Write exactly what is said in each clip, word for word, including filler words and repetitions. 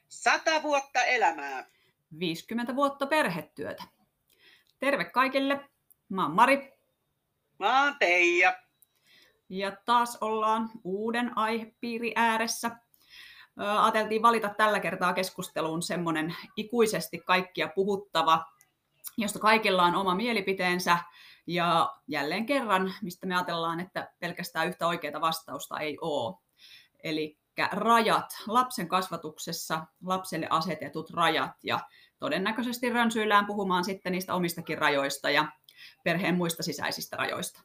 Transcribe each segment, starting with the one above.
Sata vuotta elämää. viisikymmentä vuotta perhetyötä. Terve kaikille. Mä oon Mari. Mä oon Teija. Ja taas ollaan uuden aihepiiri ääressä. Ajateltiin valita tällä kertaa keskusteluun semmoinen ikuisesti kaikkia puhuttava, josta kaikilla on oma mielipiteensä. Ja jälleen kerran, mistä me ajatellaan, että pelkästään yhtä oikeaa vastausta ei ole. Eli rajat lapsen kasvatuksessa, lapselle asetetut rajat, ja todennäköisesti rönsyillään puhumaan sitten niistä omistakin rajoista ja perheen muista sisäisistä rajoista.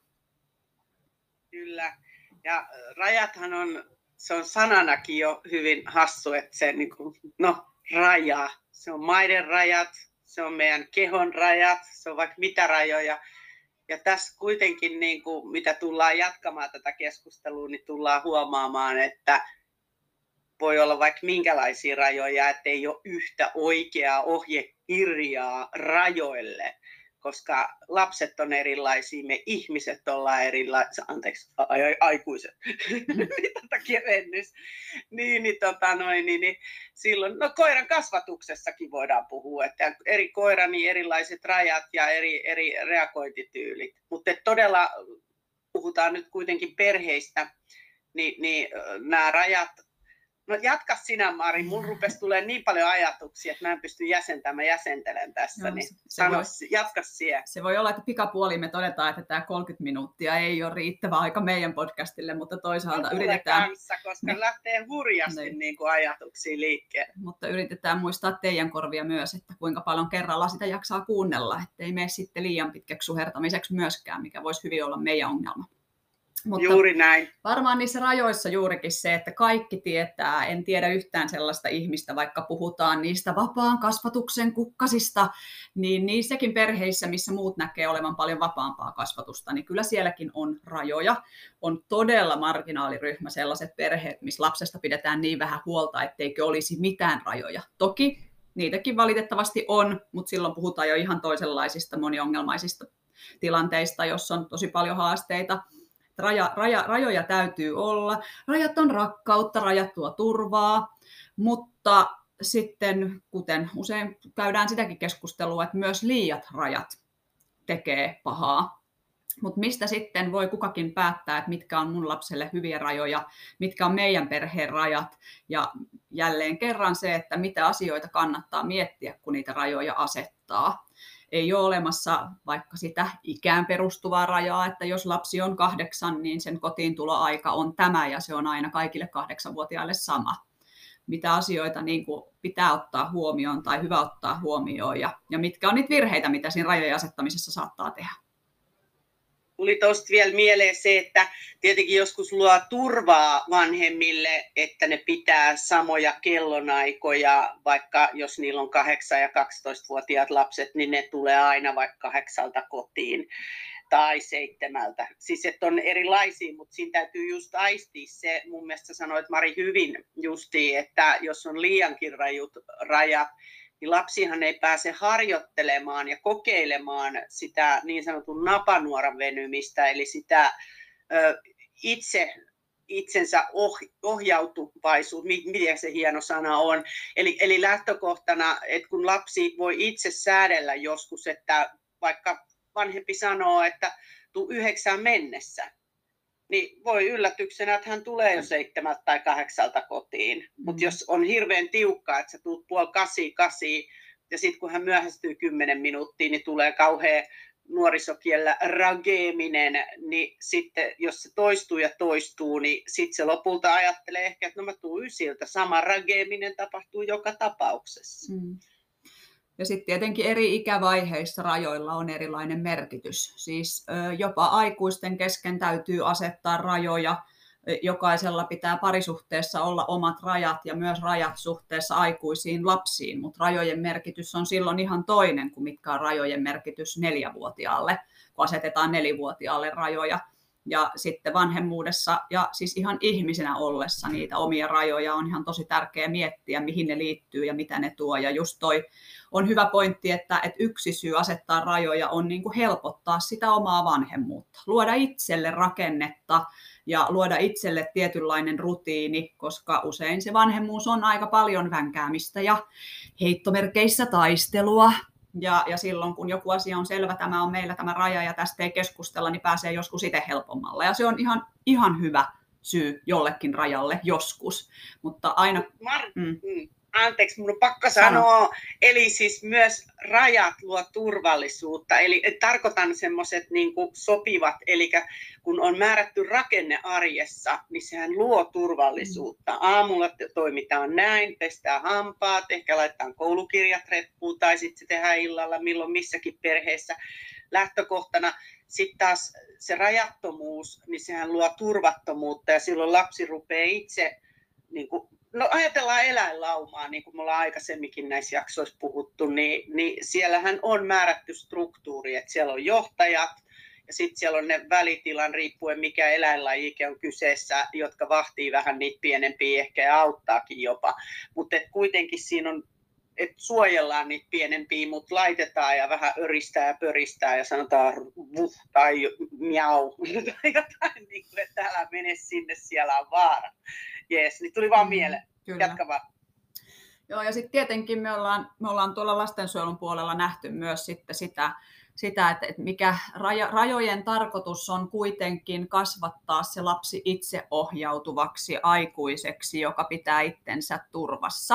Kyllä, ja rajathan on, se on sananakin jo hyvin hassu, että se niin kuin, no raja, se on maiden rajat, se on meidän kehon rajat, se on vaikka mitä rajoja. Ja tässä kuitenkin, niin kuin, mitä tullaan jatkamaan tätä keskustelua, niin tullaan huomaamaan, että voi olla vaikka minkälaisia rajoja, että ei ole yhtä oikeaa ohjekirjaa rajoille, koska lapset on erilaisia, me ihmiset ollaan erilaisia, anteeksi, ai, ai, aikuiset, tätä kevennys, niin, niin, tota noin, niin, niin silloin, no koiran kasvatuksessakin voidaan puhua, että eri koira, niin erilaiset rajat ja eri, eri reagointityylit, mutta todella puhutaan nyt kuitenkin perheistä, niin, niin nämä rajat. No jatka sinä, Mari. Mun rupesi tulemaan niin paljon ajatuksia, että mä en pysty jäsentämään. Mä jäsentelen tässä, no, niin sano, voi, jatka siellä. Se voi olla, että pikapuoliin me todetaan, että tämä kolmekymmentä minuuttia ei ole riittävä aika meidän podcastille, mutta toisaalta no, yritetään. Kanssa, koska ne lähtee hurjasti ne. Niin kuin ajatuksia liikkeelle. Mutta yritetään muistaa teidän korvia myös, että kuinka paljon kerralla sitä jaksaa kuunnella, ettei mene sitten liian pitkäksi suhertamiseksi myöskään, mikä voisi hyvin olla meidän ongelma. Mutta juuri näin. Varmaan niissä rajoissa juurikin se, että kaikki tietää, en tiedä yhtään sellaista ihmistä, vaikka puhutaan niistä vapaan kasvatuksen kukkasista, niin niissäkin perheissä, missä muut näkee olevan paljon vapaampaa kasvatusta, niin kyllä sielläkin on rajoja. On todella marginaaliryhmä sellaiset perheet, missä lapsesta pidetään niin vähän huolta, etteikö olisi mitään rajoja. Toki niitäkin valitettavasti on, mutta silloin puhutaan jo ihan toisenlaisista moniongelmaisista tilanteista, jossa on tosi paljon haasteita. Raja, raja, rajoja täytyy olla. Rajat on rakkautta, rajat tuo turvaa, mutta sitten, kuten usein käydään sitäkin keskustelua, että myös liiat rajat tekee pahaa. Mutta mistä sitten voi kukakin päättää, että mitkä on mun lapselle hyviä rajoja, mitkä on meidän perheen rajat. Ja jälleen kerran se, että mitä asioita kannattaa miettiä, kun niitä rajoja asettaa. Ei ole olemassa vaikka sitä ikään perustuvaa rajaa, että jos lapsi on kahdeksan, niin sen kotiintuloaika on tämä ja se on aina kaikille kahdeksanvuotiaille sama. Mitä asioita niin kuin pitää ottaa huomioon tai hyvä ottaa huomioon ja, ja mitkä on niitä virheitä, mitä siinä rajojen asettamisessa saattaa tehdä. Tuli tuosta vielä mieleen se, että tietenkin joskus luo turvaa vanhemmille, että ne pitää samoja kellonaikoja, vaikka jos niillä on kahdeksan- ja kaksitoistavuotiaat lapset, niin ne tulee aina vaikka kahdeksalta kotiin tai seitsemältä. Siis että on erilaisia, mutta siinä täytyy just aistia se, mun mielestä sanoit Mari hyvin justiin, että jos on liiankin rajut rajat, niin lapsihan ei pääse harjoittelemaan ja kokeilemaan sitä niin sanotun napanuoran venymistä, eli sitä ö, itse, itsensä oh, ohjautuvaisuus, miten se hieno sana on. Eli, eli lähtökohtana, että kun lapsi voi itse säädellä joskus, että vaikka vanhempi sanoo, että tuu yhdeksään mennessä, niin voi yllätyksenä, että hän tulee jo seitsemältä tai kahdeksalta kotiin. Mm. Mutta jos on hirveän tiukkaa, että sä tulet puoli kasi, kasi, ja sitten kun hän myöhästyy kymmenen minuuttia, niin tulee kauhean nuorisokielellä rageeminen, niin sitten jos se toistuu ja toistuu, niin sitten se lopulta ajattelee ehkä, että no mä tuun ysiltä. Sama rageeminen tapahtuu joka tapauksessa. Mm. Ja sitten tietenkin eri ikävaiheissa rajoilla on erilainen merkitys. Siis jopa aikuisten kesken täytyy asettaa rajoja. Jokaisella pitää parisuhteessa olla omat rajat ja myös rajat suhteessa aikuisiin lapsiin. Mutta rajojen merkitys on silloin ihan toinen kuin mitkä on rajojen merkitys neljävuotiaalle, kun asetetaan nelivuotiaalle rajoja. Ja sitten vanhemmuudessa ja siis ihan ihmisenä ollessa niitä omia rajoja on ihan tosi tärkeää miettiä, mihin ne liittyy ja mitä ne tuo. Ja just toi on hyvä pointti, että, että yksi syy asettaa rajoja on niin kuin helpottaa sitä omaa vanhemmuutta. Luoda itselle rakennetta, ja luoda itselle tietynlainen rutiini, koska usein se vanhemmuus on aika paljon vänkäämistä ja heittomerkeissä taistelua. Ja, ja silloin, kun joku asia on selvä, tämä on meillä tämä raja ja tästä ei keskustella, niin pääsee joskus itse helpommalla. Ja se on ihan, ihan hyvä syy jollekin rajalle joskus, mutta aina... Mar- mm. Anteeksi, minun on pakko sanoa. Sano. Eli siis myös rajat luo turvallisuutta. Eli tarkoitan semmoiset niin kuin sopivat, eli kun on määrätty rakenne arjessa, niin sehän luo turvallisuutta. Aamulla toimitaan näin, pestään hampaat, ehkä laitetaan koulukirjat reppuun tai sitten se tehdään illalla milloin missäkin perheessä lähtökohtana. Sitten taas se rajattomuus, niin sehän luo turvattomuutta ja silloin lapsi rupeaa itse... Niin kuin, no ajatellaan eläinlaumaa, niin kuin me ollaan aikaisemminkin näissä jaksoissa puhuttu, niin, niin siellähän on määrätty struktuuri, että siellä on johtajat ja sitten siellä on ne välitilan riippuen mikä eläinlajike on kyseessä, jotka vahtii vähän niitä pienempiä ehkä ja auttaakin jopa, mutta kuitenkin siinä on, että suojellaan niitä pienempiä, mutta laitetaan ja vähän öristää ja pöristää ja sanotaan vuh tai miau tai jotain, niin kuin, että älä mene sinne, siellä on vaara. Jees, niin tuli vaan mieleen. Kyllä. Jatka vaan. Joo, ja sitten tietenkin me ollaan, me ollaan tuolla lastensuojelun puolella nähty myös sitten sitä, sitä että, että mikä raja, rajojen tarkoitus on kuitenkin kasvattaa se lapsi itseohjautuvaksi aikuiseksi, joka pitää itsensä turvassa.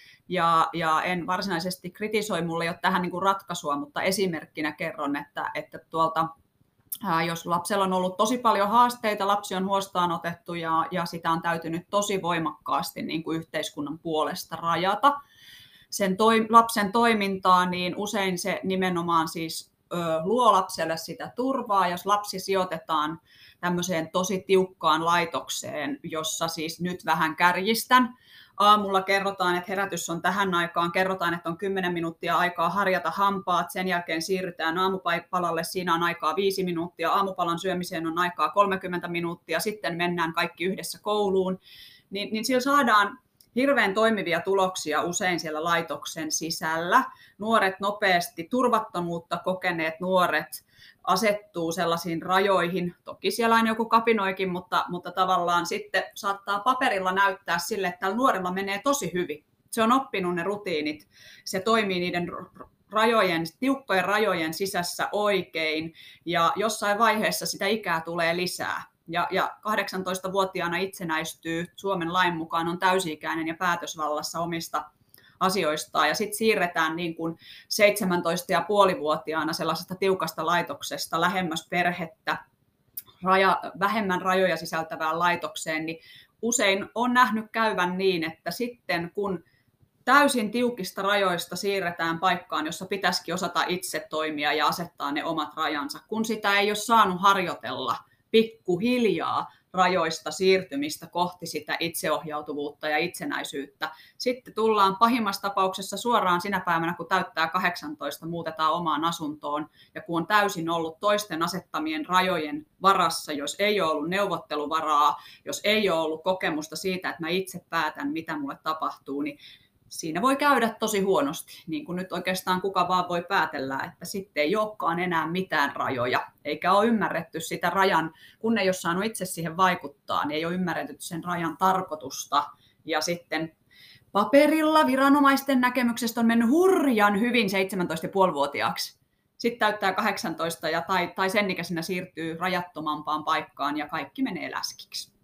Ja, ja en varsinaisesti kritisoi, mulle ei ole tähän niin kuin ratkaisua, mutta esimerkkinä kerron, että, että tuolta, ää, jos lapsella on ollut tosi paljon haasteita, lapsi on huostaan otettu ja, ja sitä on täytynyt tosi voimakkaasti niin kuin yhteiskunnan puolesta rajata sen toi, lapsen toimintaa, niin usein se nimenomaan siis ö, luo lapselle sitä turvaa, jos lapsi sijoitetaan tämmöiseen tosi tiukkaan laitokseen, jossa siis nyt vähän kärjistän. Aamulla kerrotaan, että herätys on tähän aikaan, kerrotaan, että on kymmenen minuuttia aikaa harjata hampaat, sen jälkeen siirrytään aamupalalle, siinä on aikaa viisi minuuttia, aamupalan syömiseen on aikaa kolmekymmentä minuuttia, sitten mennään kaikki yhdessä kouluun, niin, niin sillä saadaan hirveän toimivia tuloksia usein siellä laitoksen sisällä. Nuoret nopeasti, turvattomuutta kokeneet nuoret asettuu sellaisiin rajoihin. Toki siellä on joku kapinoikin, mutta, mutta tavallaan sitten saattaa paperilla näyttää sille, että tällä nuorella menee tosi hyvin. Se on oppinut ne rutiinit, se toimii niiden rajojen, tiukkojen rajojen sisässä oikein ja jossain vaiheessa sitä ikää tulee lisää. Ja, ja kahdeksantoistavuotiaana itsenäistyy, Suomen lain mukaan on täysi-ikäinen ja päätösvallassa omista asioistaan. Ja sitten siirretään niin kuin seitsemäntoista ja puolivuotiaana sellaisesta tiukasta laitoksesta lähemmäs perhettä, raja, vähemmän rajoja sisältävään laitokseen, niin usein on nähnyt käyvän niin, että sitten kun täysin tiukista rajoista siirretään paikkaan, jossa pitäisikin osata itse toimia ja asettaa ne omat rajansa, kun sitä ei ole saanut harjoitella pikkuhiljaa rajoista siirtymistä kohti sitä itseohjautuvuutta ja itsenäisyyttä. Sitten tullaan pahimmassa tapauksessa suoraan sinä päivänä, kun täyttää kahdeksantoista, muutetaan omaan asuntoon. Ja kun on täysin ollut toisten asettamien rajojen varassa, jos ei ole ollut neuvotteluvaraa, jos ei ole ollut kokemusta siitä, että mä itse päätän, mitä mulle tapahtuu, niin siinä voi käydä tosi huonosti, niin kuin nyt oikeastaan kuka vaan voi päätellä, että sitten ei olekaan enää mitään rajoja, eikä ole ymmärretty sitä rajan, kun ei ole saanut itse siihen vaikuttaa, niin ei ole ymmärretty sen rajan tarkoitusta. Ja sitten paperilla viranomaisten näkemyksestä on mennyt hurjan hyvin seitsemäntoista pilkku viisi vuotiaaksi. Sitten täyttää kahdeksantoista ja tai, tai sen ikäisenä siirtyy rajattomampaan paikkaan ja kaikki menee läskiksi.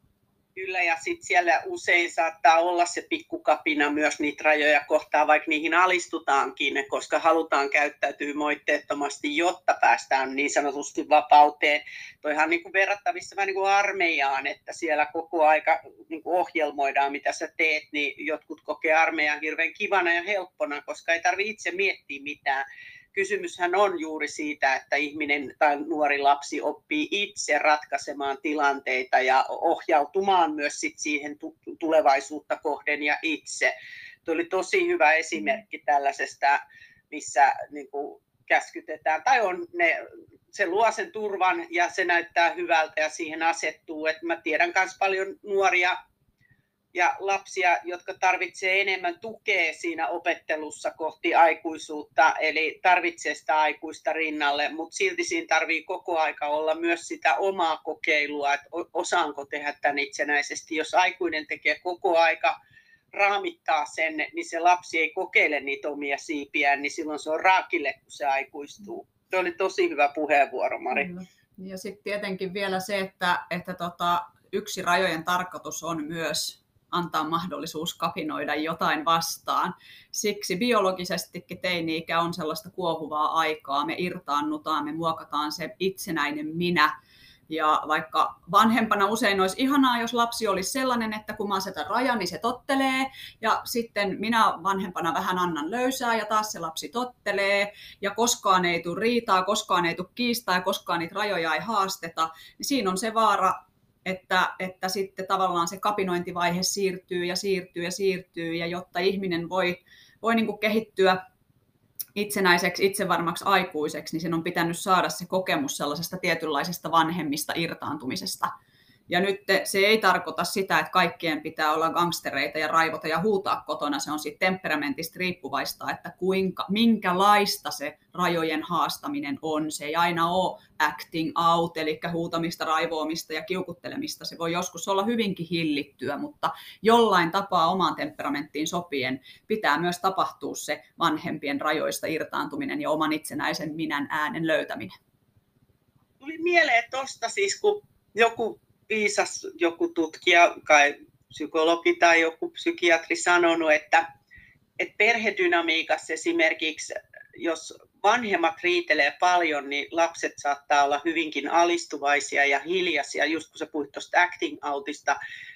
Kyllä, ja sitten siellä usein saattaa olla se pikkukapina myös niitä rajoja kohtaan, vaikka niihin alistutaankin, koska halutaan käyttäytyä moitteettomasti, jotta päästään niin sanotusti vapauteen. Toihan on niin kuin verrattavissa vähän niin kuin armeijaan, että siellä koko aika niin kuin ohjelmoidaan, mitä sä teet, niin jotkut kokee armeijan hirveän kivana ja helppona, koska ei tarvitse itse miettiä mitään. Kysymyshän on juuri siitä, että ihminen tai nuori lapsi oppii itse ratkaisemaan tilanteita ja ohjautumaan myös sit siihen tulevaisuutta kohden ja itse. Tuo oli tosi hyvä esimerkki tällaisesta, missä niin kuin käskytetään, tai on ne, se luo sen turvan ja se näyttää hyvältä ja siihen asettuu. Et mä tiedän myös paljon nuoria ja lapsia, jotka tarvitsee enemmän tukea siinä opettelussa kohti aikuisuutta, eli tarvitsee sitä aikuista rinnalle, mutta silti siinä tarvii koko aika olla myös sitä omaa kokeilua, että osaanko tehdä tämän itsenäisesti. Jos aikuinen tekee koko aika, raamittaa sen, niin se lapsi ei kokeile niitä omia siipiään, niin silloin se on raakille, kun se aikuistuu. Se oli tosi hyvä puheenvuoro, Mari. Ja sitten tietenkin vielä se, että, että tota, yksi rajojen tarkoitus on myös antaa mahdollisuus kapinoida jotain vastaan. Siksi biologisestikin teini-ikä on sellaista kuohuvaa aikaa. Me irtaannutaan, me muokataan se itsenäinen minä. Ja vaikka vanhempana usein olisi ihanaa, jos lapsi olisi sellainen, että kun mä asetan rajan, niin se tottelee. Ja sitten minä vanhempana vähän annan löysää ja taas se lapsi tottelee. Ja koskaan ei tule riitaa, koskaan ei tule kiistaa ja koskaan niitä rajoja ei haasteta. Niin siinä on se vaara, että, että sitten tavallaan se kapinointivaihe siirtyy ja siirtyy ja siirtyy. Ja jotta ihminen voi, voi niin kuin kehittyä itsenäiseksi, itsevarmaksi aikuiseksi, niin sen on pitänyt saada se kokemus sellaisesta tietynlaisesta vanhemmista irtaantumisesta. Ja nyt se ei tarkoita sitä, että kaikkien pitää olla gangstereita ja raivota ja huutaa kotona. Se on siitä temperamentista riippuvaista, että kuinka, minkälaista se rajojen haastaminen on. Se ei aina ole acting out, eli huutamista, raivoamista ja kiukuttelemista. Se voi joskus olla hyvinkin hillittyä, mutta jollain tapaa omaan temperamenttiin sopien pitää myös tapahtua se vanhempien rajoista irtaantuminen ja oman itsenäisen minän äänen löytäminen. Tuli mieleen tuosta siis, kun joku viisas joku tutkija, kai psykologi tai joku psykiatri sanonut, että, että perhedynamiikassa esimerkiksi, jos vanhemmat riitelee paljon, niin lapset saattaa olla hyvinkin alistuvaisia ja hiljaisia, just kun sä puhuit tuosta acting outista,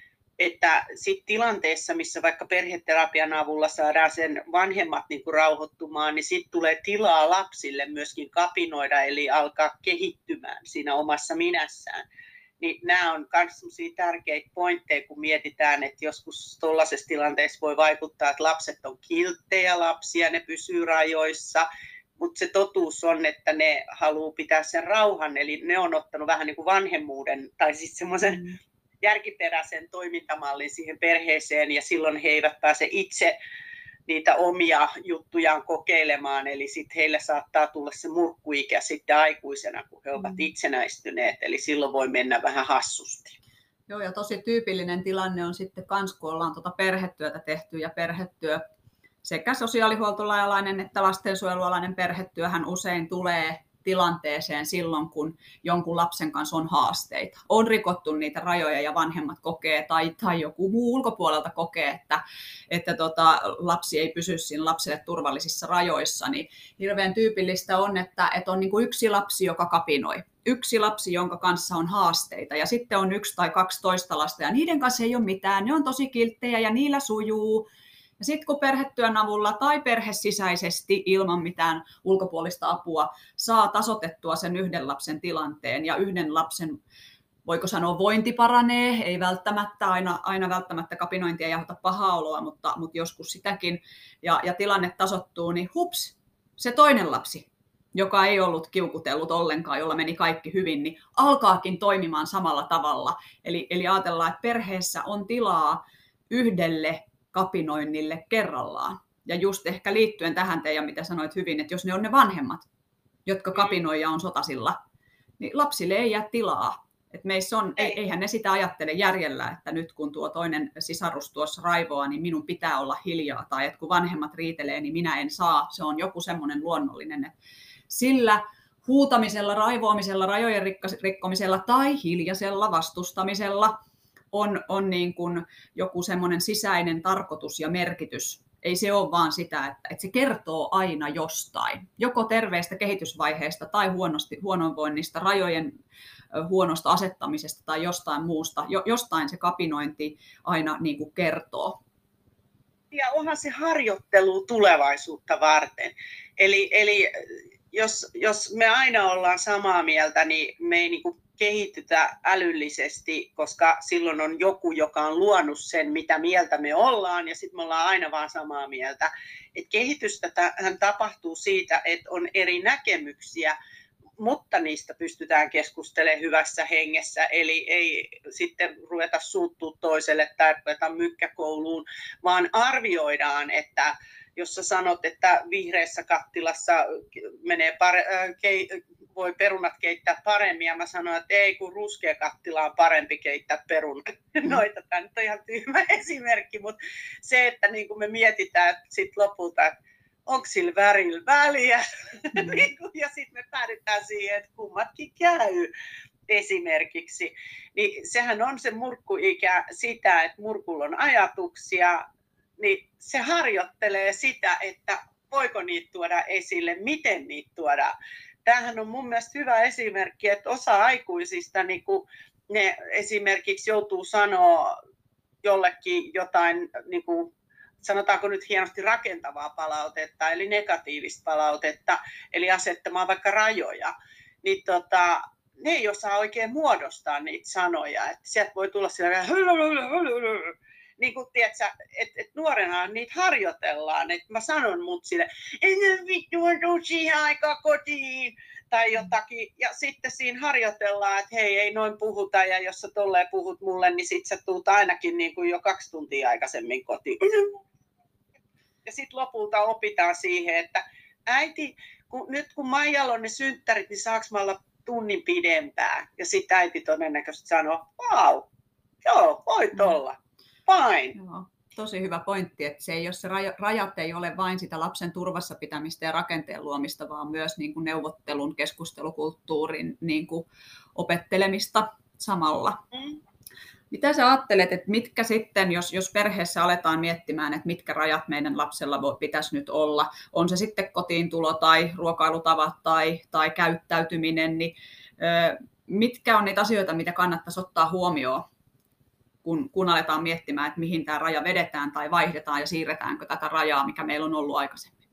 että sit tilanteessa, missä vaikka perheterapian avulla saadaan sen vanhemmat niin kuin rauhoittumaan, niin sitten tulee tilaa lapsille myöskin kapinoida, eli alkaa kehittymään siinä omassa minässään. Niin nämä on myös sellaisia tärkeitä pointteja, kun mietitään, että joskus tuollaisessa tilanteessa voi vaikuttaa, että lapset on kilttejä lapsia, ne pysyy rajoissa, mutta se totuus on, että ne haluaa pitää sen rauhan, eli ne on ottanut vähän niin kuin vanhemmuuden, tai siis semmoisen mm. järkiperäisen toimintamallin siihen perheeseen, ja silloin he eivät pääse itse niitä omia juttujaan kokeilemaan, eli sitten heille saattaa tulla se murkkuikä sitten aikuisena, kun he ovat itsenäistyneet, eli silloin voi mennä vähän hassusti. Joo, ja tosi tyypillinen tilanne on sitten kans, kun ollaan tuota perhetyötä tehty, ja perhetyö sekä sosiaalihuoltolainen että lastensuojelualainen perhetyöhän usein tulee tilanteeseen silloin, kun jonkun lapsen kanssa on haasteita. On rikottu niitä rajoja ja vanhemmat kokee tai, tai joku muu ulkopuolelta kokee, että, että tota, lapsi ei pysy siinä lapselle turvallisissa rajoissa. Niin hirveän tyypillistä on, että, että on niin kuin yksi lapsi, joka kapinoi. Yksi lapsi, jonka kanssa on haasteita, ja sitten on yksi tai kaksi toista lasta, ja niiden kanssa ei ole mitään. Ne on tosi kilttejä ja niillä sujuu. Ja sitten kun perhetyön avulla tai perhesisäisesti ilman mitään ulkopuolista apua saa tasoitettua sen yhden lapsen tilanteen ja yhden lapsen, voiko sanoa, vointi paranee, ei välttämättä aina, aina välttämättä kapinointia ja aiheuta pahaa oloa, mutta, mutta joskus sitäkin, ja, ja tilanne tasoittuu, niin hups, se toinen lapsi, joka ei ollut kiukutellut ollenkaan, jolla meni kaikki hyvin, niin alkaakin toimimaan samalla tavalla. Eli, eli ajatellaan, että perheessä on tilaa yhdelle kapinoinnille kerrallaan. Ja just ehkä liittyen tähän teidän, mitä sanoit hyvin, että jos ne on ne vanhemmat, jotka kapinoi ja on sotasilla, niin lapsille ei jää tilaa. Et meissä on, ei. Eihän ne sitä ajattele järjellä, että nyt kun tuo toinen sisarus tuossa raivoaa, niin minun pitää olla hiljaa. Tai että kun vanhemmat riitelee, niin minä en saa. Se on joku semmoinen luonnollinen. Että sillä huutamisella, raivoamisella, rajojen rikkomisella tai hiljaisella vastustamisella on, on niin kuin joku semmoinen sisäinen tarkoitus ja merkitys. Ei se ole vaan sitä, että, että se kertoo aina jostain. Joko terveestä kehitysvaiheesta tai huonosti, huonovoinnista, rajojen huonosta asettamisesta tai jostain muusta. Jo, jostain se kapinointi aina niin kuin kertoo. Ja onhan se harjoittelu tulevaisuutta varten. Eli, eli jos, jos me aina ollaan samaa mieltä, niin me ei niin kuin kehitytä älyllisesti, koska silloin on joku, joka on luonut sen, mitä mieltä me ollaan, ja sitten me ollaan aina vaan samaa mieltä. Et kehitystä tapahtuu siitä, että on eri näkemyksiä, mutta niistä pystytään keskustelemaan hyvässä hengessä, eli ei sitten ruveta suuttua toiselle tai ruveta mykkäkouluun, vaan arvioidaan, että jos sä sanot, että vihreässä kattilassa menee pare- kei- voi perunat keittää paremmin, ja mä sanon, että ei, kun ruskea kattila on parempi keittää perunoita. Tämä nyt on ihan tyhmä esimerkki, mutta se, että niin kuin me mietitään että sit lopulta, että onko sillä värillä väliä, mm. ja sitten me päädytään siihen, että kummatkin käy esimerkiksi. Niin sehän on se murkkuikä sitä, että murkulla on ajatuksia, niin se harjoittelee sitä, että voiko niitä tuoda esille, miten niitä tuodaan. Tämähän on mun mielestä hyvä esimerkki, että osa aikuisista niin kun ne esimerkiksi joutuu sanoa jollekin jotain, niin kuin, sanotaanko nyt hienosti rakentavaa palautetta, eli negatiivista palautetta, eli asettamaan vaikka rajoja, niin tota, ne ei osaa oikein muodostaa niitä sanoja. Että sieltä voi tulla sillä niin kuin tiedätkö, että et nuorena niitä harjoitellaan, että mä sanon mut sille, en vittu, on tuu siihen aikaan kotiin, tai jotakin, ja sitten siinä harjoitellaan, että hei, ei noin puhuta, ja jos sä tolleen puhut mulle, niin sit sä tuut ainakin niin kuin jo kaksi tuntia aikaisemmin kotiin. Ja sitten lopulta opitaan siihen, että äiti, kun, nyt kun Maijalla on ne synttärit, niin saaks mä olla tunnin pidempään? Ja sitten äiti todennäköisesti sanoo, vau, joo, voit olla. Fine. Joo, tosi hyvä pointti, että se ei ole se rajat ei ole vain sitä lapsen turvassa pitämistä ja rakenteen luomista, vaan myös niin kuin neuvottelun, keskustelukulttuurin niin kuin opettelemista samalla. Mm. Mitä sä ajattelet, että mitkä sitten, jos, jos perheessä aletaan miettimään, että mitkä rajat meidän lapsella voi, pitäisi nyt olla, on se sitten kotiintulo tai ruokailutavat tai, tai käyttäytyminen, niin ö, mitkä on niitä asioita, mitä kannattaisi ottaa huomioon? Kun, kun aletaan miettimään, että mihin tämä raja vedetään tai vaihdetaan ja siirretäänkö tätä rajaa, mikä meillä on ollut aikaisemmin?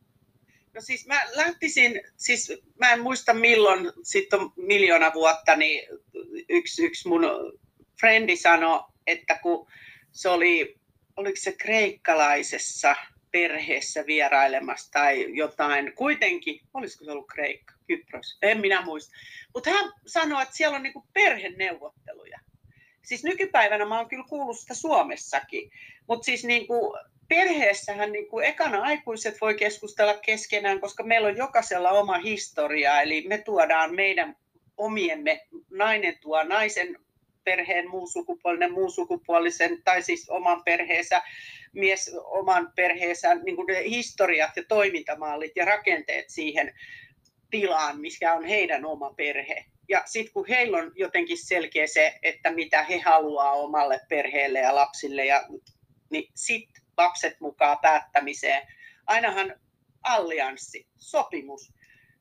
No siis mä lähtisin, siis mä en muista milloin, sitten on miljoona vuotta, niin yksi, yksi mun frendi sanoi, että kun se oli, oliko se kreikkalaisessa perheessä vierailemassa tai jotain, kuitenkin, olisiko se ollut Kreikka, Kypros, en minä muista, mutta hän sanoi, että siellä on niinku perheneuvotteluja. Siis nykypäivänä mä oon kyllä kuullut sitä Suomessakin, mutta siis niin kuin perheessähän niin kuin ekana aikuiset voi keskustella keskenään, koska meillä on jokaisella oma historia, eli me tuodaan meidän omiemme, nainen tuo naisen perheen muun sukupuolinen, muun sukupuolisen, tai siis oman perheensä, mies oman perheensä, niin kuin ne historiat ja toimintamallit ja rakenteet siihen tilaan, mikä on heidän oma perhe. Ja sitten kun heillä on jotenkin selkeä se, että mitä he haluaa omalle perheelle ja lapsille, ja, niin sitten lapset mukaan päättämiseen. Ainahan allianssi, sopimus,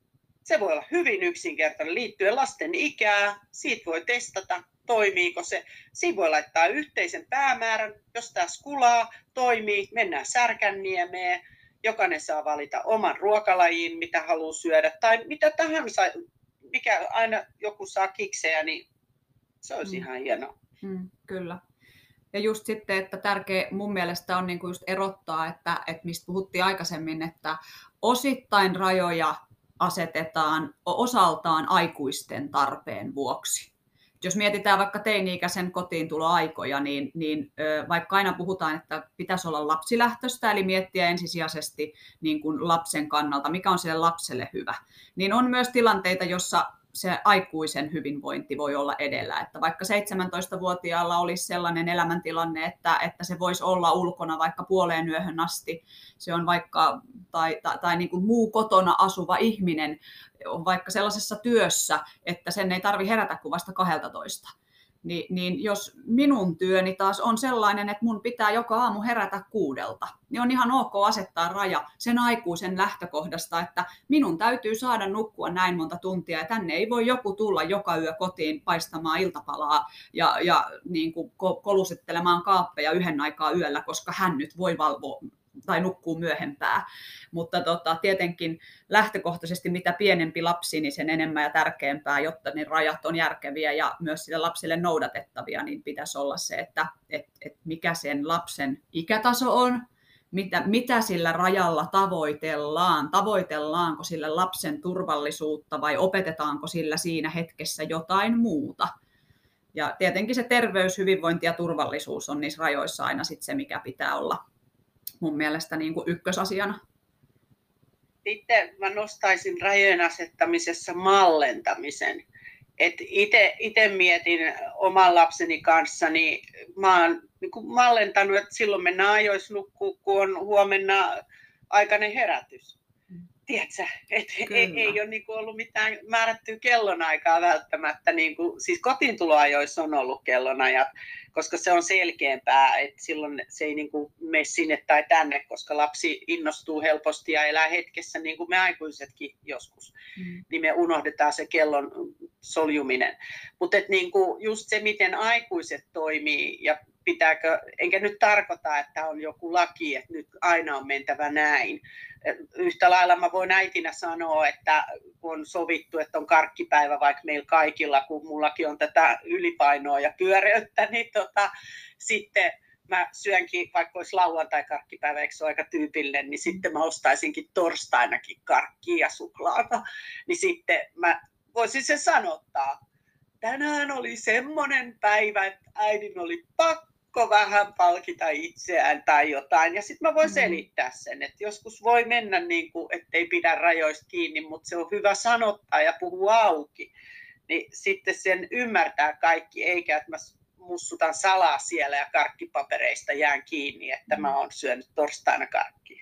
se voi olla hyvin yksinkertainen liittyen lasten ikää. Siitä voi testata, toimiiko se. Siinä voi laittaa yhteisen päämäärän, jos tämä skulaa, toimii, mennään Särkänniemeen. Jokainen saa valita oman ruokalajin, mitä haluaa syödä, tai mitä tahansa. Mikä aina joku saa kiksejä, niin se olisi mm. ihan hienoa. Mm, kyllä. Ja just sitten, että tärkeä mun mielestä on niinku just erottaa, että, että mistä puhuttiin aikaisemmin, että osittain rajoja asetetaan osaltaan aikuisten tarpeen vuoksi. Jos mietitään vaikka teini-ikäisen kotiintuloaikoja, niin, niin vaikka aina puhutaan, että pitäisi olla lapsilähtöistä, eli miettiä ensisijaisesti niin kuin lapsen kannalta, mikä on sille lapselle hyvä, niin on myös tilanteita, jossa se aikuisen hyvinvointi voi olla edellä. Että vaikka seitsemäntoistavuotiaalla olisi sellainen elämäntilanne, että, että se voisi olla ulkona vaikka puoleen yöhön asti, se on vaikka, tai, tai, tai niin kuin muu kotona asuva ihminen on vaikka sellaisessa työssä, että sen ei tarvitse herätä kuin vasta kaksitoista. Ni, niin jos minun työni taas on sellainen, että mun pitää joka aamu herätä kuudelta, niin on ihan ok asettaa raja sen aikuisen lähtökohdasta, että minun täytyy saada nukkua näin monta tuntia, ja tänne ei voi joku tulla joka yö kotiin paistamaan iltapalaa ja, ja niin kuin kolusittelemaan kaappeja yhden aikaa yöllä, koska hän nyt voi valvoa tai nukkuu myöhempää. Mutta tota, tietenkin lähtökohtaisesti mitä pienempi lapsi, niin sen enemmän ja tärkeämpää, jotta ne rajat on järkeviä ja myös sille lapsille noudatettavia, niin pitäisi olla se, että et, et mikä sen lapsen ikätaso on, mitä, mitä sillä rajalla tavoitellaan, tavoitellaanko sille lapsen turvallisuutta vai opetetaanko sillä siinä hetkessä jotain muuta. Ja tietenkin se terveys, hyvinvointi ja turvallisuus on niissä rajoissa aina sit se, mikä pitää olla mun mielestä niin kuin ykkösasiana. Sitten mä nostaisin rajojen asettamisessa mallentamisen. Itse mietin oman lapseni kanssa, niin mä oon niin kuin mallentanut, että silloin mennään ajoissa nukkuu, kun on huomenna aikainen herätys. Tiedätkö, että ei, ei ole niin kuin ollut mitään määrättyä kellonaikaa välttämättä. Niin kuin, siis kotiintuloajoissa on ollut kellonajat, koska se on selkeämpää, että silloin se ei niin kuin mene sinne tai tänne, koska lapsi innostuu helposti ja elää hetkessä, niin kuin me aikuisetkin joskus. Mm. Niin me unohdetaan se kellon soljuminen. Mutta niin kuin just se, miten aikuiset toimii ja pitääkö, enkä nyt tarkoita, että on joku laki, että nyt aina on mentävä näin. Yhtä lailla mä voin äitinä sanoa, että kun on sovittu, että on karkkipäivä vaikka meillä kaikilla, kun mullakin on tätä ylipainoa ja pyöreyttä, niin tota, sitten mä syönkin, vaikka olisi lauantai-karkkipäivä, eikö se ole aika tyypillinen, niin sitten mä ostaisinkin torstainakin karkkia ja suklaata. Niin sitten mä voisin sen sanottaa. Tänään oli semmoinen päivä, että äidin oli pakko vähän palkita itseään tai jotain. Ja sitten mä voin selittää sen, että joskus voi mennä niin kuin, ettei pidä rajoista kiinni, mutta se on hyvä sanottaa ja puhua auki. Niin sitten sen ymmärtää kaikki, eikä että mä mussutan salaa siellä ja karkkipapereista jään kiinni, että mä oon syönyt torstaina karkkia.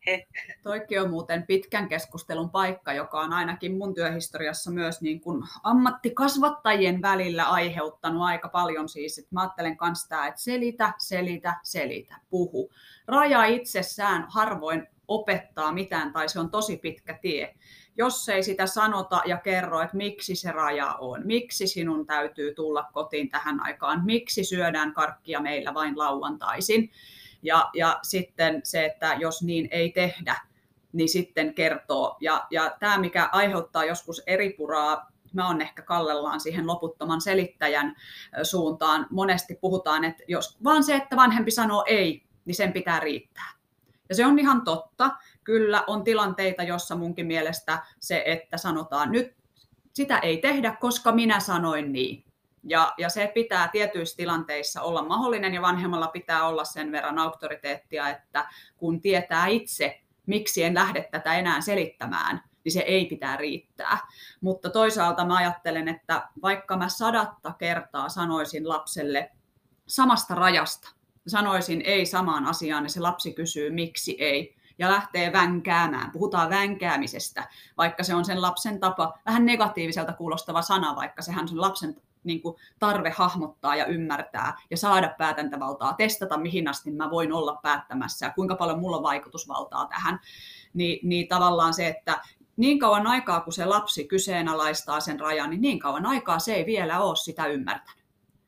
Toikin on muuten pitkän keskustelun paikka, joka on ainakin mun työhistoriassa myös niin kuin ammattikasvattajien välillä aiheuttanut aika paljon siis. Että mä ajattelen myös sitä, että selitä, selitä, selitä, puhu. Raja itsessään harvoin opettaa mitään tai se on tosi pitkä tie. Jos ei sitä sanota ja kerro, että miksi se raja on, miksi sinun täytyy tulla kotiin tähän aikaan, miksi syödään karkkia meillä vain lauantaisin. Ja, ja sitten se, että jos niin ei tehdä, niin sitten kertoo. Ja, ja tämä, mikä aiheuttaa joskus eripuraa, mä oon ehkä kallellaan siihen loputtoman selittäjän suuntaan. Monesti puhutaan, että jos vaan se, että vanhempi sanoo ei, niin sen pitää riittää. Ja se on ihan totta. Kyllä on tilanteita, jossa munkin mielestä se, että sanotaan nyt, sitä ei tehdä, koska minä sanoin niin. Ja, ja se pitää tietyissä tilanteissa olla mahdollinen ja vanhemmalla pitää olla sen verran auktoriteettia, että kun tietää itse, miksi en lähde tätä enää selittämään, niin se ei pitää riittää. Mutta toisaalta mä ajattelen, että vaikka mä sadatta kertaa sanoisin lapselle samasta rajasta, sanoisin ei samaan asiaan ja se lapsi kysyy miksi ei ja lähtee vänkäämään. Puhutaan vänkäämisestä, vaikka se on sen lapsen tapa, vähän negatiiviselta kuulostava sana, vaikka sehän on sen lapsen niin kuin tarve hahmottaa ja ymmärtää ja saada päätäntävaltaa, testata mihin asti mä voin olla päättämässä ja kuinka paljon mulla on vaikutusvaltaa tähän, niin, niin tavallaan se, että niin kauan aikaa kun se lapsi kyseenalaistaa sen rajan, niin niin kauan aikaa se ei vielä ole sitä ymmärtänyt.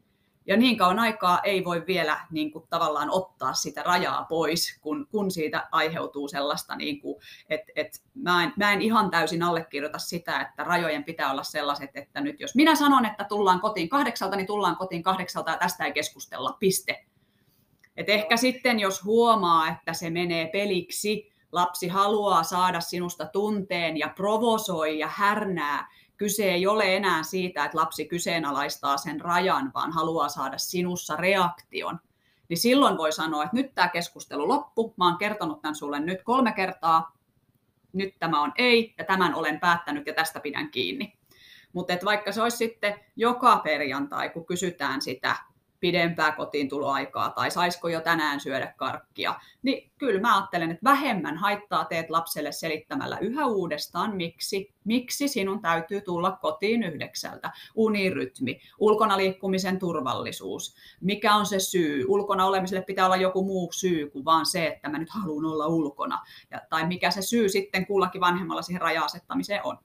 Ja niin kauan aikaa ei voi vielä niin kuin, tavallaan ottaa sitä rajaa pois, kun, kun siitä aiheutuu sellaista, niin kuin, että, että mä, en, mä en ihan täysin allekirjoita sitä, että rajojen pitää olla sellaiset, että nyt jos minä sanon, että tullaan kotiin kahdeksalta, niin tullaan kotiin kahdeksalta ja tästä ei keskustella, piste. Et ehkä sitten, jos huomaa, että se menee peliksi, lapsi haluaa saada sinusta tunteen ja provosoi ja härnää, kyse ei ole enää siitä, että lapsi kyseenalaistaa sen rajan, vaan haluaa saada sinussa reaktion. Niin silloin voi sanoa, että nyt tämä keskustelu loppu, mä oon kertonut tämän sulle nyt kolme kertaa, nyt tämä on ei, ja tämän olen päättänyt, ja tästä pidän kiinni. Mutta vaikka se olisi sitten joka perjantai, kun kysytään sitä pidempää kotiintuloaikaa, tai saisiko jo tänään syödä karkkia, niin kyllä mä ajattelen, että vähemmän haittaa teet lapselle selittämällä yhä uudestaan, miksi, miksi sinun täytyy tulla kotiin yhdeksältä, unirytmi, ulkona liikkumisen turvallisuus, mikä on se syy, ulkona olemiselle pitää olla joku muu syy kuin vaan se, että mä nyt haluan olla ulkona, ja, tai mikä se syy sitten kullakin vanhemmalla siihen raja-asettamiseen on.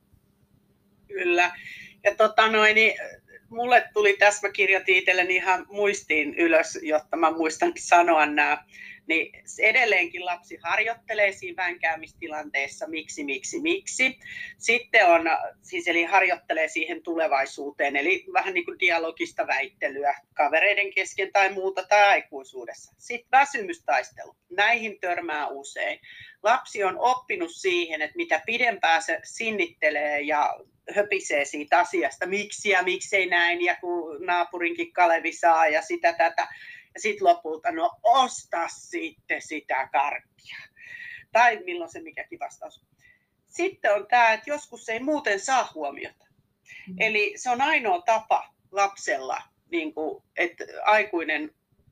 Kyllä, ja tota noin, niin mulle tuli tässä, mä kirjoitin itselleni ihan muistiin ylös, jotta mä muistan sanoa nämä, niin edelleenkin lapsi harjoittelee siinä väänkäämistilanteessa, miksi, miksi, miksi. Sitten on, siis eli harjoittelee siihen tulevaisuuteen, eli vähän niin kuin dialogista väittelyä kavereiden kesken tai muuta tai aikuisuudessa. Sitten väsymystaistelu. Näihin törmää usein. Lapsi on oppinut siihen, että mitä pidempään se sinnittelee ja höpisee siitä asiasta, miksi ja miksei näin, ja kun naapurinkin Kalevi saa ja sitä tätä. Ja sitten lopulta, no osta sitten sitä karkkia. Tai milloin se mikäkin vastaus. Sitten on tämä, että joskus se ei muuten saa huomiota. Mm. Eli se on ainoa tapa lapsella, niin kuin, että aikuinen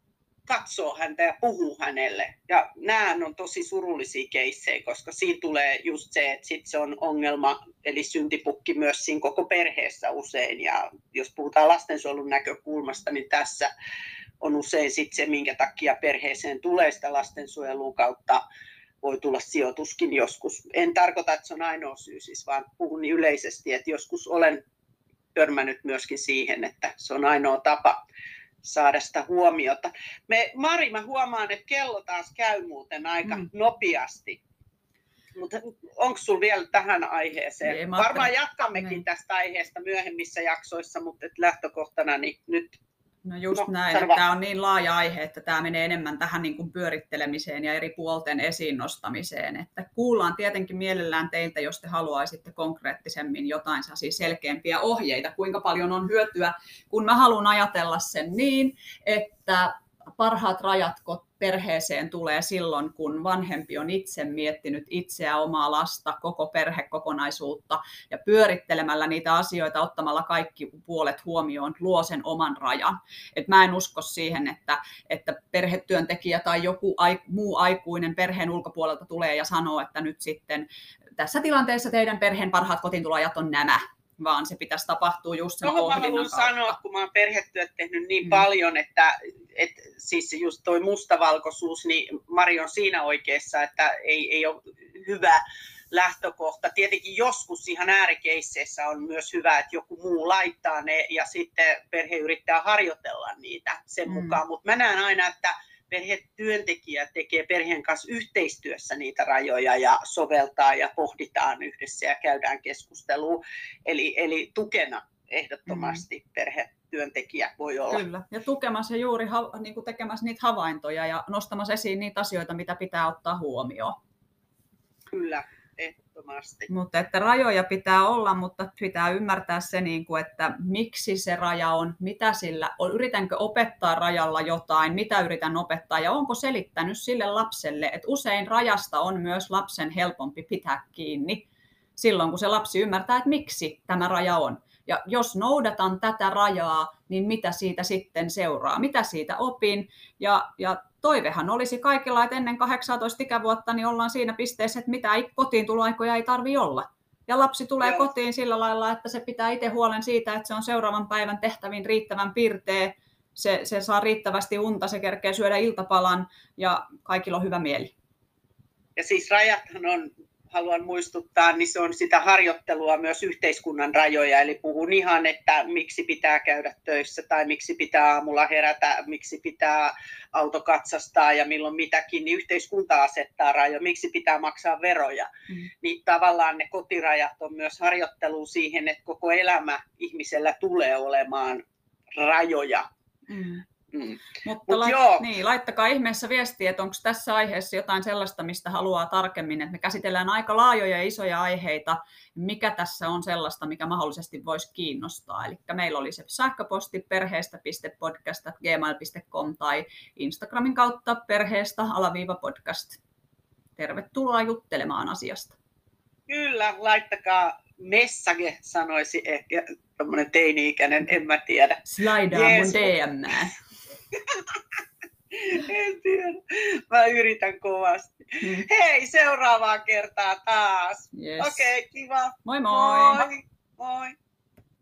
katsoo häntä ja puhuu hänelle. Ja nämä on tosi surullisia keissejä, koska siinä tulee just se, että sit se on ongelma, eli syntipukki myös siinä koko perheessä usein. Ja jos puhutaan lastensuojelun näkökulmasta, niin tässä on usein sit se, minkä takia perheeseen tulee sitä lastensuojelun kautta. Voi tulla sijoituskin joskus. En tarkoita, että se on ainoa syy, siis, vaan puhun niin yleisesti, että joskus olen törmännyt myöskin siihen, että se on ainoa tapa saada sitä huomiota. Me, Mari, mä huomaan, että kello taas käy muuten aika mm. nopeasti. Mutta onko sinulla vielä tähän aiheeseen? Ei, varmaan jatkammekin niin tästä aiheesta myöhemmissä jaksoissa, mutta et lähtökohtana niin nyt... No just no, näin, että tämä on niin laaja aihe, että tämä menee enemmän tähän niin kuin pyörittelemiseen ja eri puolten esiin nostamiseen. Että kuullaan tietenkin mielellään teiltä, jos te haluaisitte konkreettisemmin jotain selkeämpiä ohjeita, kuinka paljon on hyötyä, kun mä haluan ajatella sen niin, että parhaat rajat perheeseen tulee silloin, kun vanhempi on itse miettinyt itseä, omaa lasta, koko perhekokonaisuutta ja pyörittelemällä niitä asioita, ottamalla kaikki puolet huomioon, luo sen oman rajan. Et mä en usko siihen, että, että perhetyöntekijä tai joku muu aikuinen perheen ulkopuolelta tulee ja sanoo, että nyt sitten tässä tilanteessa teidän perheen parhaat kotiintuloajat on nämä. Vaan se pitäisi tapahtua just sen Tuohon pohdinnan kautta. Mä haluan sanoa, kun mä oon perhetyöt tehnyt niin mm. paljon, että et, siis just toi mustavalkoisuus, niin Mari on siinä oikeassa, että ei, ei ole hyvä lähtökohta. Tietenkin joskus ihan äärikeisseissä on myös hyvä, että joku muu laittaa ne ja sitten perhe yrittää harjoitella niitä sen mm. mukaan, mutta mä näen aina, että perhetyöntekijä tekee perheen kanssa yhteistyössä niitä rajoja ja soveltaa ja pohditaan yhdessä ja käydään keskustelua. Eli, eli tukena ehdottomasti mm. perhetyöntekijä voi olla. Kyllä, ja tukemassa juuri niin kuin tekemässä niitä havaintoja ja nostamassa esiin niitä asioita, mitä pitää ottaa huomioon. Kyllä. Ehdottomasti. Mutta että rajoja pitää olla, mutta pitää ymmärtää se, niin kuin, että miksi se raja on, mitä sillä on, yritänkö opettaa rajalla jotain, mitä yritän opettaa ja onko selittänyt sille lapselle, että usein rajasta on myös lapsen helpompi pitää kiinni silloin, kun se lapsi ymmärtää, että miksi tämä raja on. Ja jos noudatan tätä rajaa, niin mitä siitä sitten seuraa, mitä siitä opin ja, ja toivehan olisi kaikilla, että ennen kahdeksantoista ikävuotta niin ollaan siinä pisteessä, että mitä kotiintuloaikoja ei tarvitse olla. Ja lapsi tulee Joo. kotiin sillä lailla, että se pitää itse huolen siitä, että se on seuraavan päivän tehtäviin riittävän pirteä, se, se saa riittävästi unta, se kerkee syödä iltapalan ja kaikilla on hyvä mieli. Ja siis rajathan on, haluan muistuttaa, niin se on sitä harjoittelua myös yhteiskunnan rajoja. Eli puhun ihan, että miksi pitää käydä töissä tai miksi pitää aamulla herätä, miksi pitää auto katsastaa ja milloin mitäkin, niin yhteiskunta asettaa rajoja, miksi pitää maksaa veroja. Mm. Niin tavallaan ne kotirajat on myös harjoittelu siihen, että koko elämä ihmisellä tulee olemaan rajoja. Mm. Mm. Mutta Mut lait- niin, laittakaa ihmeessä viestiä, että onko tässä aiheessa jotain sellaista, mistä haluaa tarkemmin. Että me käsitellään aika laajoja ja isoja aiheita, mikä tässä on sellaista, mikä mahdollisesti voisi kiinnostaa. Eli meillä oli se sähköposti perheestä piste podcast ät gmail piste com tai Instagramin kautta perheestä alaviiva podcast. Tervetuloa juttelemaan asiasta. Kyllä, laittakaa message, sanoisi ehkä tämmöinen teini-ikäinen, en mä tiedä. Slaidaa mun D M:ää. En tiedä. Mä yritän kovasti. Hmm. Hei, seuraavaa kertaa taas. Yes. Okei, okay, kiva. Moi moi. Moi. Moi.